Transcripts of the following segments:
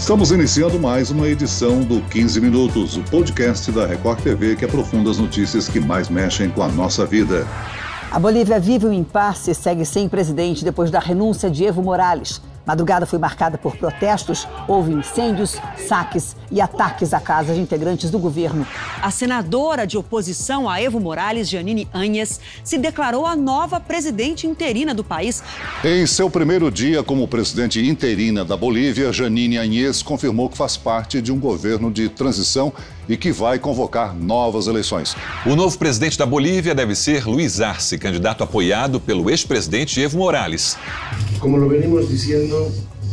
Estamos iniciando mais uma edição do 15 Minutos, o podcast da Record TV que aprofunda as notícias que mais mexem com a nossa vida. A Bolívia vive um impasse e segue sem presidente depois da renúncia de Evo Morales. Madrugada foi marcada por protestos, houve incêndios, saques e ataques a casas de integrantes do governo. A senadora de oposição a Evo Morales, Jeanine Áñez, se declarou a nova presidente interina do país. Em seu primeiro dia como presidente interina da Bolívia, Jeanine Áñez confirmou que faz parte de um governo de transição e que vai convocar novas eleições. O novo presidente da Bolívia deve ser Luiz Arce, candidato apoiado pelo ex-presidente Evo Morales. Como lo venimos diciendo,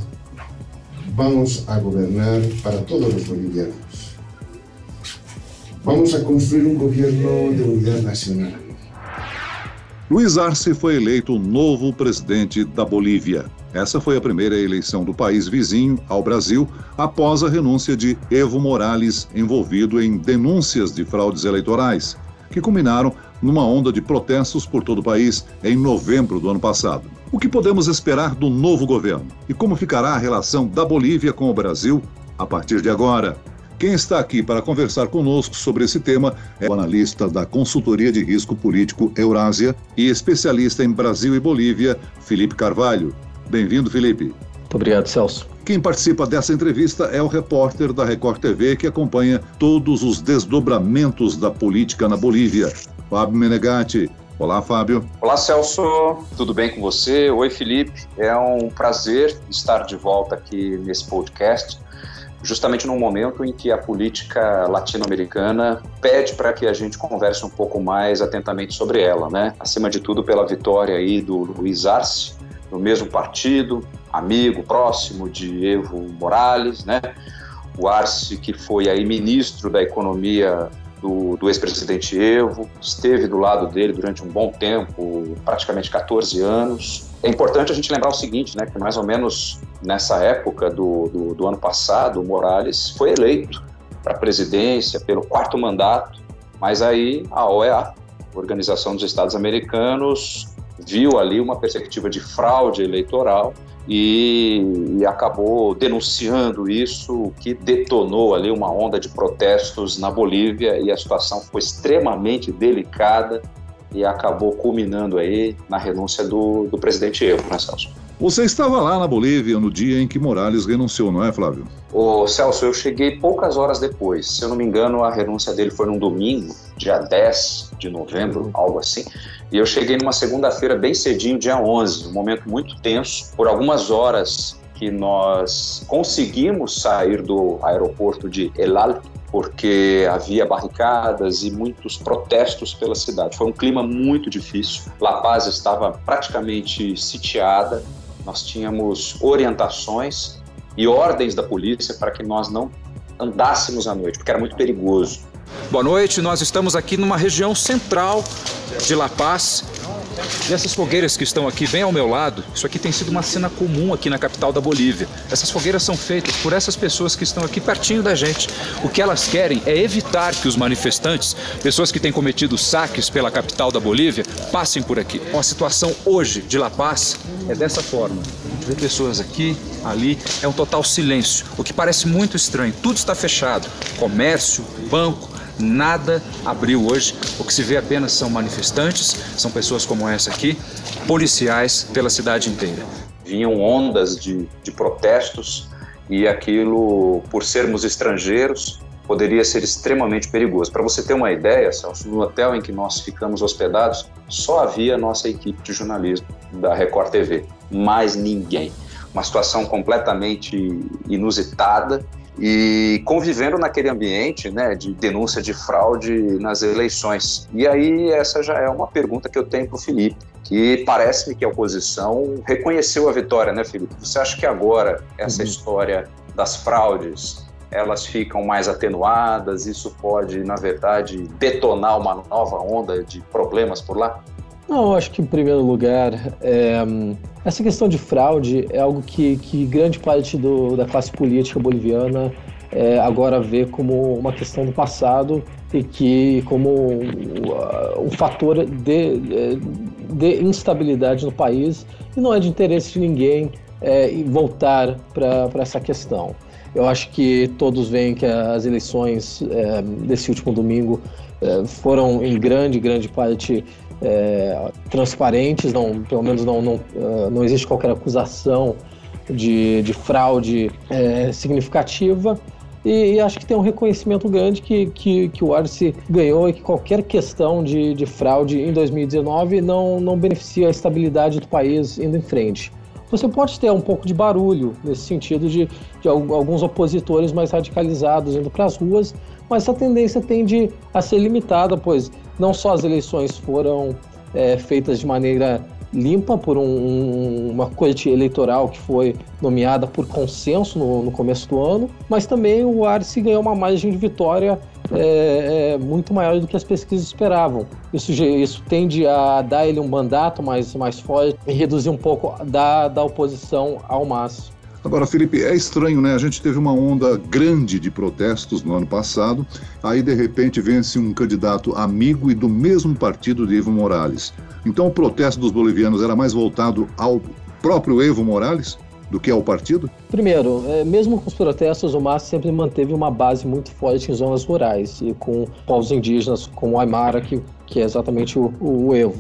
vamos a gobernar para todos los bolivianos. Vamos a construir un gobierno de unidad nacional. Luiz Arce foi eleito o novo presidente da Bolívia. Essa foi a primeira eleição do país vizinho ao Brasil após a renúncia de Evo Morales, envolvido em denúncias de fraudes eleitorais, que culminaram numa onda de protestos por todo o país em novembro do ano passado. O que podemos esperar do novo governo? E como ficará a relação da Bolívia com o Brasil a partir de agora? Quem está aqui para conversar conosco sobre esse tema é o analista da Consultoria de Risco Político Eurásia e especialista em Brasil e Bolívia, Felipe Carvalho. Bem-vindo, Felipe. Muito obrigado, Celso. Quem participa dessa entrevista é o repórter da Record TV que acompanha todos os desdobramentos da política na Bolívia, Fábio Menegatti. Olá, Fábio. Olá, Celso. Tudo bem com você? Oi, Felipe. É um prazer estar de volta aqui nesse podcast, justamente num momento em que a política latino-americana pede para que a gente converse um pouco mais atentamente sobre ela, né? Acima de tudo, pela vitória aí do Luiz Arce, do mesmo partido, amigo próximo de Evo Morales, né? O Arce, que foi aí ministro da Economia do ex-presidente Evo, esteve do lado dele durante um bom tempo, praticamente 14 anos. É importante a gente lembrar o seguinte, né, que mais ou menos nessa época do ano passado, o Morales foi eleito para a presidência pelo 4º mandato, mas aí a OEA, Organização dos Estados Americanos, viu ali uma perspectiva de fraude eleitoral e acabou denunciando isso, que detonou ali uma onda de protestos na Bolívia e a situação foi extremamente delicada e acabou culminando aí na renúncia do presidente Evo, né, Celso? Você estava lá na Bolívia no dia em que Morales renunciou, não é, Flávio? Ô, Celso, eu cheguei poucas horas depois. Se eu não me engano, a renúncia dele foi num domingo, dia 10 de novembro, algo assim. E eu cheguei numa segunda-feira bem cedinho, dia 11, um momento muito tenso. Por algumas horas que nós conseguimos sair do aeroporto de El Alto, porque havia barricadas e muitos protestos pela cidade. Foi um clima muito difícil. La Paz estava praticamente sitiada. Nós tínhamos orientações e ordens da polícia para que nós não andássemos à noite, porque era muito perigoso. Boa noite, nós estamos aqui numa região central de La Paz. E essas fogueiras que estão aqui bem ao meu lado, isso aqui tem sido uma cena comum aqui na capital da Bolívia. Essas fogueiras são feitas por essas pessoas que estão aqui pertinho da gente. O que elas querem é evitar que os manifestantes, pessoas que têm cometido saques pela capital da Bolívia, passem por aqui. A situação hoje de La Paz é dessa forma. A gente vê pessoas aqui, ali, é um total silêncio, o que parece muito estranho. Tudo está fechado, comércio, banco, nada abriu hoje. O que se vê apenas são manifestantes, são pessoas como essa aqui, policiais pela cidade inteira. Vinham ondas de protestos e aquilo, por sermos estrangeiros, poderia ser extremamente perigoso. Para você ter uma ideia, Celso, no hotel em que nós ficamos hospedados, só havia a nossa equipe de jornalismo da Record TV, mais ninguém. Uma situação completamente inusitada, e convivendo naquele ambiente, né, de denúncia de fraude nas eleições. E aí essa já é uma pergunta que eu tenho para o Felipe, que parece-me que a oposição reconheceu a vitória, né, Felipe? Você acha que agora essa história das fraudes, elas ficam mais atenuadas, isso pode, na verdade, detonar uma nova onda de problemas por lá? Não, eu acho que, em primeiro lugar, essa questão de fraude é algo que grande parte da classe política boliviana agora vê como uma questão do passado e que como um fator de instabilidade no país, e não é de interesse de ninguém voltar para essa questão. Eu acho que todos veem que as eleições desse último domingo foram em grande parte transparentes, pelo menos não existe qualquer acusação de fraude significativa. E acho que tem um reconhecimento grande que o Arce ganhou e que qualquer questão de fraude em 2019 não beneficia a estabilidade do país indo em frente. Você pode ter um pouco de barulho nesse sentido de alguns opositores mais radicalizados indo para as ruas, mas essa tendência tende a ser limitada, pois não só as eleições foram feitas de maneira limpa por uma corte eleitoral que foi nomeada por consenso no começo do ano, mas também o Arce ganhou uma margem de vitória muito maior do que as pesquisas esperavam. Isso tende a dar ele um mandato mais forte e reduzir um pouco da oposição ao MAS. Agora, Felipe, é estranho, né? A gente teve uma onda grande de protestos no ano passado, aí de repente vence um candidato amigo e do mesmo partido de Evo Morales. Então o protesto dos bolivianos era mais voltado ao próprio Evo Morales do que ao partido? Primeiro, mesmo com os protestos, o MAS sempre manteve uma base muito forte em zonas rurais e com povos indígenas como o Aymara, que é exatamente o Evo.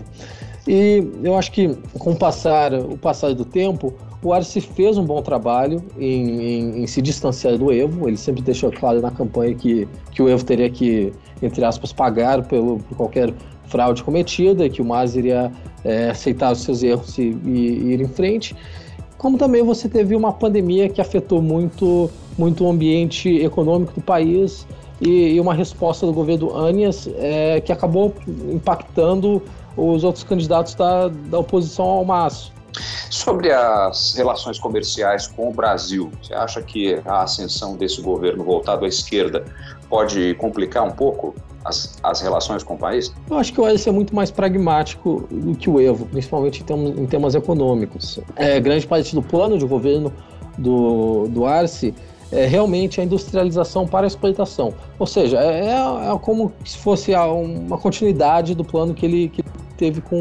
E eu acho que com o passar do tempo, o Arce fez um bom trabalho em se distanciar do Evo. Ele sempre deixou claro na campanha que o Evo teria que, entre aspas, pagar por qualquer fraude cometida e que o MAS iria aceitar os seus erros e ir em frente. Como também você teve uma pandemia que afetou muito o ambiente econômico do país e uma resposta do governo Anies que acabou impactando os outros candidatos da oposição ao MAS. Sobre as relações comerciais com o Brasil, você acha que a ascensão desse governo voltado à esquerda pode complicar um pouco as relações com o país? Eu acho que o Arce é muito mais pragmático do que o Evo, principalmente em temas econômicos. Grande parte do plano de governo do Arce é realmente a industrialização para a exportação. Ou seja, é como se fosse uma continuidade do plano que ele teve com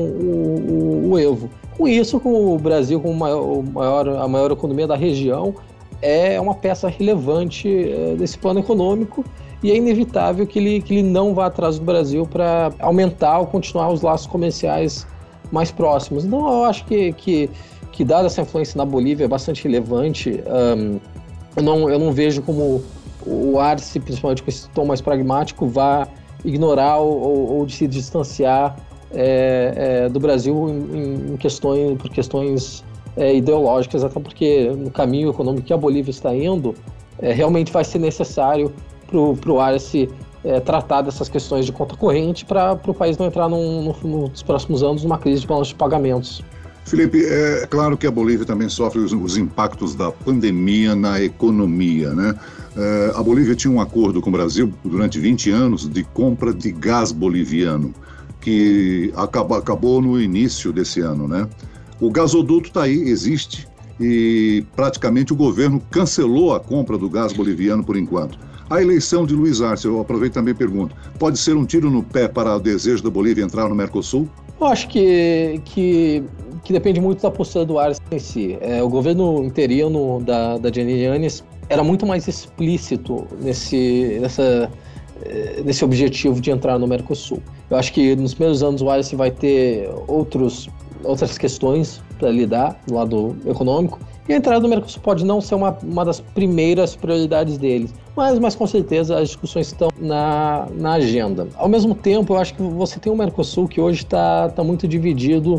o Evo. Com isso, com o Brasil como a maior economia da região, é uma peça relevante desse plano econômico e é inevitável que ele não vá atrás do Brasil para aumentar ou continuar os laços comerciais mais próximos. Então, eu acho que dada essa influência na Bolívia é bastante relevante. Eu não vejo como o Arce, principalmente com esse tom mais pragmático, vá ignorar ou se distanciar do Brasil por questões ideológicas, até porque no caminho econômico que a Bolívia está indo, realmente vai ser necessário para o Arce tratar dessas questões de conta corrente para o país não entrar nos próximos anos numa crise de balanço de pagamentos. Felipe, é claro que a Bolívia também sofre os impactos da pandemia na economia, né? A Bolívia tinha um acordo com o Brasil durante 20 anos de compra de gás boliviano, que acabou no início desse ano, né? O gasoduto está aí, existe, e praticamente o governo cancelou a compra do gás boliviano por enquanto. A eleição de Luiz Arce, eu aproveito também e pergunto, pode ser um tiro no pé para o desejo da Bolívia entrar no Mercosul? Eu acho que depende muito da postura do Arce em si. O governo interino da Janine Áñez era muito mais explícito nesse objetivo de entrar no Mercosul. Eu acho que nos primeiros anos o Arce vai ter outras questões para lidar do lado econômico, e a entrada do Mercosul pode não ser uma das primeiras prioridades deles, mas com certeza as discussões estão na agenda. Ao mesmo tempo, eu acho que você tem um Mercosul que hoje está muito dividido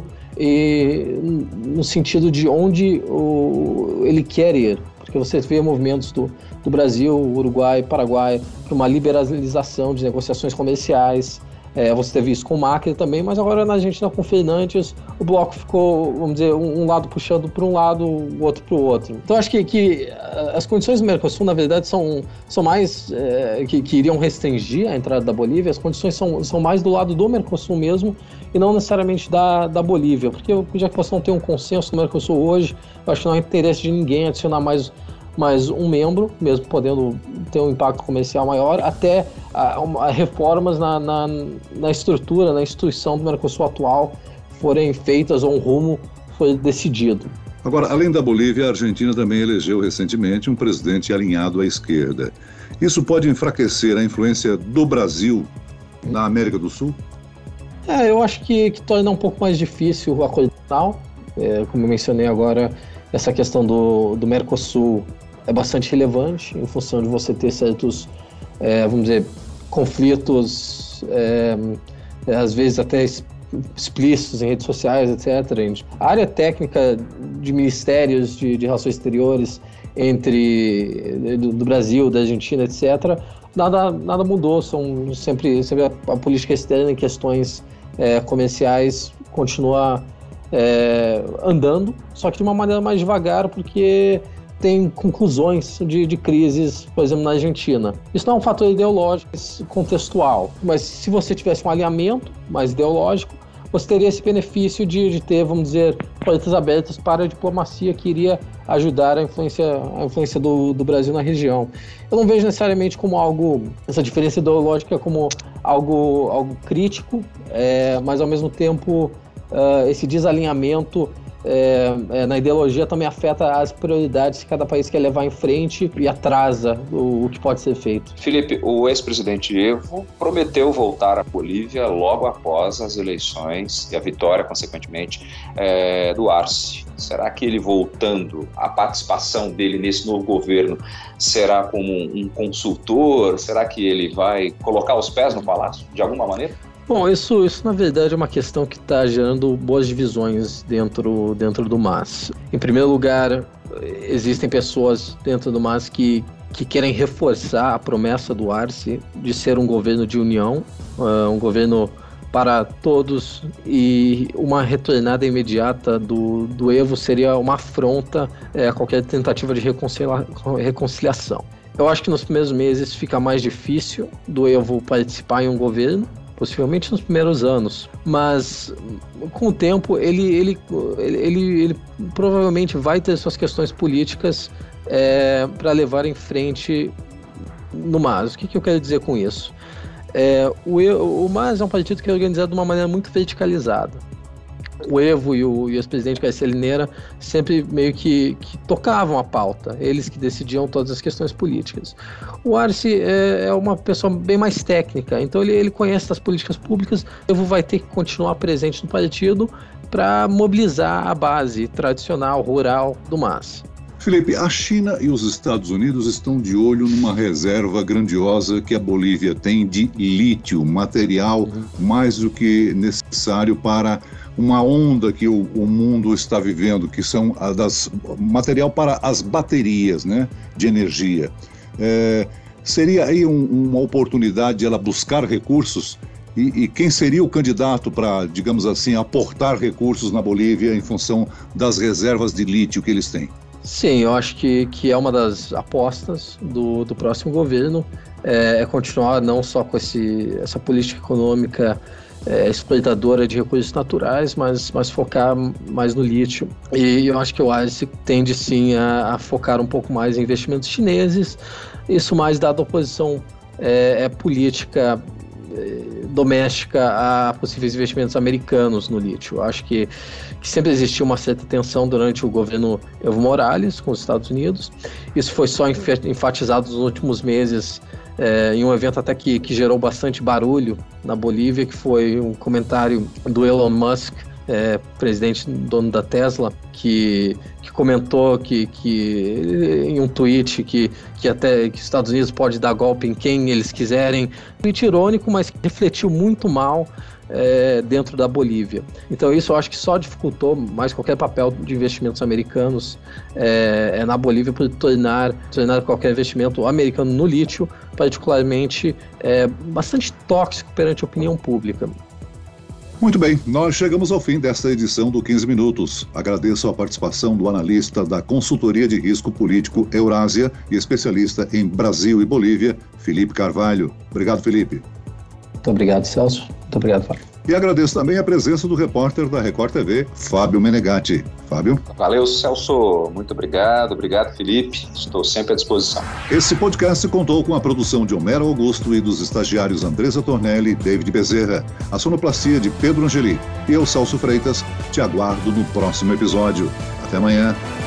no sentido de onde ele quer ir, porque você vê movimentos do Brasil, Uruguai, Paraguai para uma liberalização de negociações comerciais. Você teve isso com o Macri também, mas agora na Argentina com Fernandes, o bloco ficou, vamos dizer, um lado puxando para um lado, o outro para o outro. Então acho que as condições do Mercosul, na verdade, são mais que iriam restringir a entrada da Bolívia. As condições são mais do lado do Mercosul mesmo e não necessariamente da Bolívia, porque já que você não tem um consenso no Mercosul hoje, eu acho que não é interesse de ninguém adicionar mais um membro, mesmo podendo ter um impacto comercial maior, até reformas na estrutura, na instituição do Mercosul atual forem feitas ou um rumo foi decidido. Agora, além da Bolívia, a Argentina também elegeu recentemente um presidente alinhado à esquerda. Isso pode enfraquecer a influência do Brasil na América do Sul? Eu acho que torna um pouco mais difícil a coordenação. Como eu mencionei agora, essa questão do Mercosul é bastante relevante em função de você ter certos, vamos dizer, conflitos, às vezes até explícitos em redes sociais, etc. A área técnica de ministérios de relações exteriores do Brasil, da Argentina, etc., nada mudou. São sempre a política externa em questões comerciais continua andando, só que de uma maneira mais devagar, porque tem conclusões de crises, por exemplo, na Argentina. Isso não é um fator ideológico, é contextual, mas se você tivesse um alinhamento mais ideológico, você teria esse benefício de ter, vamos dizer, portas abertas para a diplomacia que iria ajudar a influência do Brasil na região. Eu não vejo necessariamente como essa diferença ideológica como algo crítico, mas ao mesmo tempo esse desalinhamento na ideologia também afeta as prioridades que cada país quer levar em frente e atrasa o que pode ser feito. Felipe, o ex-presidente Evo prometeu voltar à Bolívia logo após as eleições e a vitória, consequentemente, do Arce. Será que ele voltando, a participação dele nesse novo governo será como um consultor? Será que ele vai colocar os pés no palácio de alguma maneira? Bom, isso na verdade é uma questão que está gerando boas divisões dentro do MAS. Em primeiro lugar, existem pessoas dentro do MAS que querem reforçar a promessa do Arce de ser um governo de união, um governo para todos, e uma retornada imediata do Evo seria uma afronta a qualquer tentativa de reconciliação. Eu acho que nos primeiros meses fica mais difícil do Evo participar em um governo, possivelmente nos primeiros anos, mas com o tempo ele provavelmente vai ter suas questões políticas para levar em frente no MAS. O que eu quero dizer com isso? O MAS é um partido que é organizado de uma maneira muito verticalizada. O Evo e o ex-presidente Garcia Linera sempre meio que tocavam a pauta, eles que decidiam todas as questões políticas. O Arce é uma pessoa bem mais técnica, então ele conhece as políticas públicas. O Evo vai ter que continuar presente no partido para mobilizar a base tradicional, rural do MAS. Felipe, a China e os Estados Unidos estão de olho numa reserva grandiosa que a Bolívia tem de lítio, material mais do que necessário para uma onda que o mundo está vivendo, que são material para as baterias, né, de energia. Seria aí uma oportunidade de ela buscar recursos? E quem seria o candidato para, digamos assim, aportar recursos na Bolívia em função das reservas de lítio que eles têm? Sim, eu acho que é uma das apostas do próximo governo, continuar não só com essa política econômica exportadora de recursos naturais, mas focar mais no lítio. E eu acho que o Arce tende sim a focar um pouco mais em investimentos chineses, isso mais dada a oposição política doméstica a possíveis investimentos americanos no lítio. Eu acho que sempre existiu uma certa tensão durante o governo Evo Morales com os Estados Unidos. Isso foi só enfatizado nos últimos meses em um evento até que gerou bastante barulho na Bolívia, que foi um comentário do Elon Musk, presidente dono da Tesla, que comentou que em um tweet que os Estados Unidos pode dar golpe em quem eles quiserem. Um tweet irônico, mas que refletiu muito mal dentro da Bolívia. Então isso eu acho que só dificultou mais qualquer papel de investimentos americanos na Bolívia, por tornar qualquer investimento americano no lítio, particularmente, bastante tóxico perante a opinião pública. Muito bem, nós chegamos ao fim desta edição do 15 Minutos. Agradeço a participação do analista da Consultoria de Risco Político Eurásia e especialista em Brasil e Bolívia, Felipe Carvalho. Obrigado, Felipe. Muito obrigado, Celso. Muito obrigado, Fábio. E agradeço também a presença do repórter da Record TV, Fábio Menegatti. Fábio? Valeu, Celso. Muito obrigado. Obrigado, Felipe. Estou sempre à disposição. Esse podcast contou com a produção de Homero Augusto e dos estagiários Andressa Tornelli e David Bezerra, a sonoplastia de Pedro Angeli. E eu, Celso Freitas, te aguardo no próximo episódio. Até amanhã.